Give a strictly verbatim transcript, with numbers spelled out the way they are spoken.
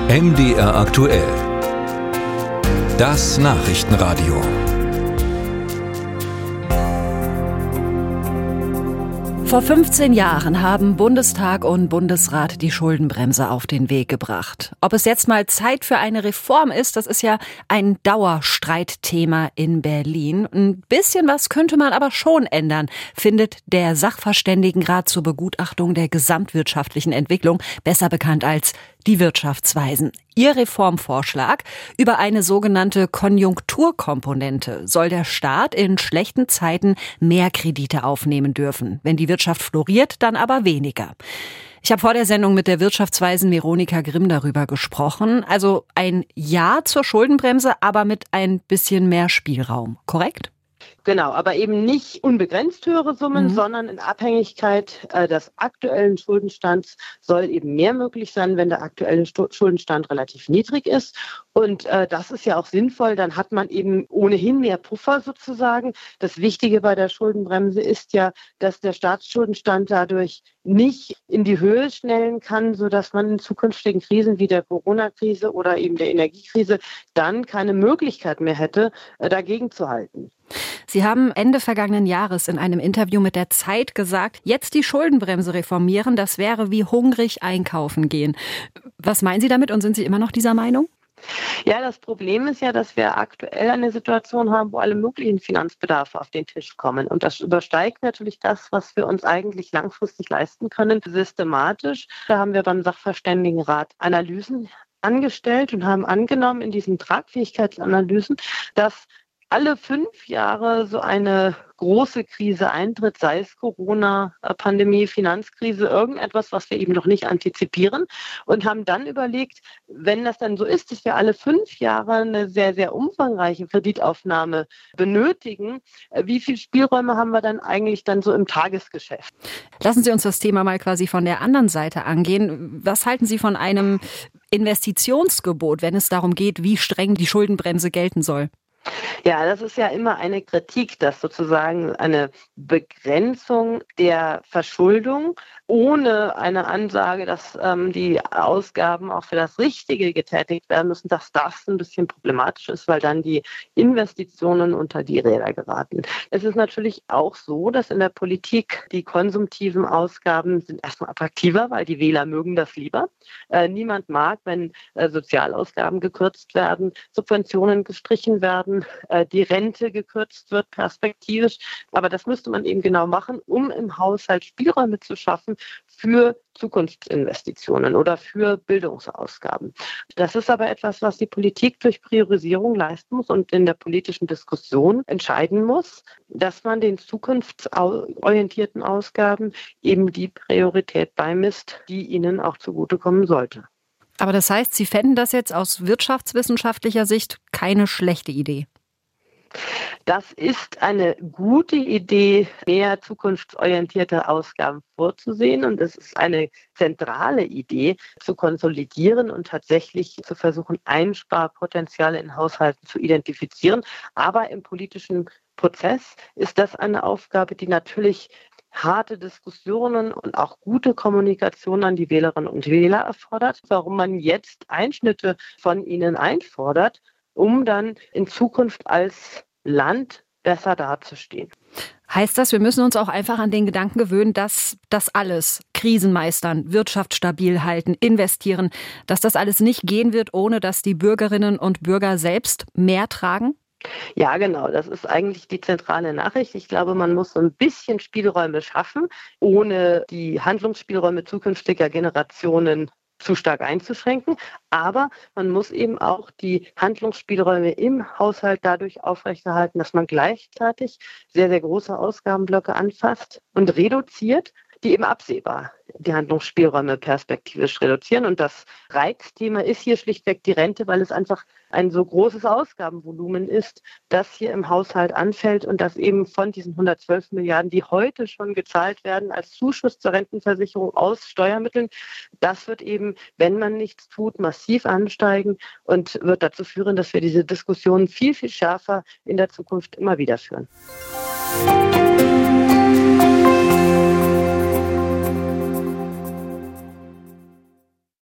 M D R aktuell. Das Nachrichtenradio. Vor fünfzehn Jahren haben Bundestag und Bundesrat die Schuldenbremse auf den Weg gebracht. Ob es jetzt mal Zeit für eine Reform ist, das ist ja ein Dauerstreitthema in Berlin. Ein bisschen was könnte man aber schon ändern, findet der Sachverständigenrat zur Begutachtung der gesamtwirtschaftlichen Entwicklung, besser bekannt als die Wirtschaftsweisen. Ihr Reformvorschlag: über eine sogenannte Konjunkturkomponente soll der Staat in schlechten Zeiten mehr Kredite aufnehmen dürfen. Wenn die Wirtschaft floriert, dann aber weniger. Ich habe vor der Sendung mit der Wirtschaftsweisen Veronika Grimm darüber gesprochen. Also ein Ja zur Schuldenbremse, aber mit ein bisschen mehr Spielraum. Korrekt? Genau, aber eben nicht unbegrenzt höhere Summen, Mhm. sondern in Abhängigkeit äh, des aktuellen Schuldenstands soll eben mehr möglich sein, wenn der aktuelle Stu- Schuldenstand relativ niedrig ist. Und äh, das ist ja auch sinnvoll, dann hat man eben ohnehin mehr Puffer sozusagen. Das Wichtige bei der Schuldenbremse ist ja, dass der Staatsschuldenstand dadurch nicht in die Höhe schnellen kann, sodass man in zukünftigen Krisen wie der Corona-Krise oder eben der Energiekrise dann keine Möglichkeit mehr hätte, äh, dagegen zu halten. Sie haben Ende vergangenen Jahres in einem Interview mit der Zeit gesagt, jetzt die Schuldenbremse reformieren, das wäre wie hungrig einkaufen gehen. Was meinen Sie damit und sind Sie immer noch dieser Meinung? Ja, das Problem ist ja, dass wir aktuell eine Situation haben, wo alle möglichen Finanzbedarfe auf den Tisch kommen. Und das übersteigt natürlich das, was wir uns eigentlich langfristig leisten können, systematisch. Da haben wir beim Sachverständigenrat Analysen angestellt und haben angenommen in diesen Tragfähigkeitsanalysen, dass alle fünf Jahre so eine große Krise eintritt, sei es Corona, Pandemie, Finanzkrise, irgendetwas, was wir eben noch nicht antizipieren, und haben dann überlegt, wenn das dann so ist, dass wir alle fünf Jahre eine sehr, sehr umfangreiche Kreditaufnahme benötigen, wie viel Spielräume haben wir dann eigentlich dann so im Tagesgeschäft? Lassen Sie uns das Thema mal quasi von der anderen Seite angehen. Was halten Sie von einem Investitionsgebot, wenn es darum geht, wie streng die Schuldenbremse gelten soll? Ja, das ist ja immer eine Kritik, dass sozusagen eine Begrenzung der Verschuldung ohne eine Ansage, dass ähm, die Ausgaben auch für das Richtige getätigt werden müssen, dass das ein bisschen problematisch ist, weil dann die Investitionen unter die Räder geraten. Es ist natürlich auch so, dass in der Politik die konsumtiven Ausgaben sind erstmal attraktiver, weil die Wähler mögen das lieber. Äh, niemand mag, wenn äh, Sozialausgaben gekürzt werden, Subventionen gestrichen werden, äh, die Rente gekürzt wird perspektivisch. Aber das müsste man eben genau machen, um im Haushalt Spielräume zu schaffen für Zukunftsinvestitionen oder für Bildungsausgaben. Das ist aber etwas, was die Politik durch Priorisierung leisten muss und in der politischen Diskussion entscheiden muss, dass man den zukunftsorientierten Ausgaben eben die Priorität beimisst, die ihnen auch zugutekommen sollte. Aber das heißt, Sie fänden das jetzt aus wirtschaftswissenschaftlicher Sicht keine schlechte Idee? Das ist eine gute Idee, mehr zukunftsorientierte Ausgaben vorzusehen. Und es ist eine zentrale Idee, zu konsolidieren und tatsächlich zu versuchen, Einsparpotenziale in Haushalten zu identifizieren. Aber im politischen Prozess ist das eine Aufgabe, die natürlich harte Diskussionen und auch gute Kommunikation an die Wählerinnen und Wähler erfordert, warum man jetzt Einschnitte von ihnen einfordert, um dann in Zukunft als Land besser dazustehen. Heißt das, wir müssen uns auch einfach an den Gedanken gewöhnen, dass das alles, Krisen meistern, Wirtschaft stabil halten, investieren, dass das alles nicht gehen wird, ohne dass die Bürgerinnen und Bürger selbst mehr tragen? Ja, genau. Das ist eigentlich die zentrale Nachricht. Ich glaube, man muss so ein bisschen Spielräume schaffen, ohne die Handlungsspielräume zukünftiger Generationen zu stark einzuschränken. Aber man muss eben auch die Handlungsspielräume im Haushalt dadurch aufrechterhalten, dass man gleichzeitig sehr, sehr große Ausgabenblöcke anfasst und reduziert, die eben absehbar die Handlungsspielräume perspektivisch reduzieren. Und das Reizthema ist hier schlichtweg die Rente, weil es einfach ein so großes Ausgabenvolumen ist, das hier im Haushalt anfällt und das eben von diesen hundertzwölf Milliarden, die heute schon gezahlt werden als Zuschuss zur Rentenversicherung aus Steuermitteln, das wird eben, wenn man nichts tut, massiv ansteigen und wird dazu führen, dass wir diese Diskussion viel, viel schärfer in der Zukunft immer wieder führen.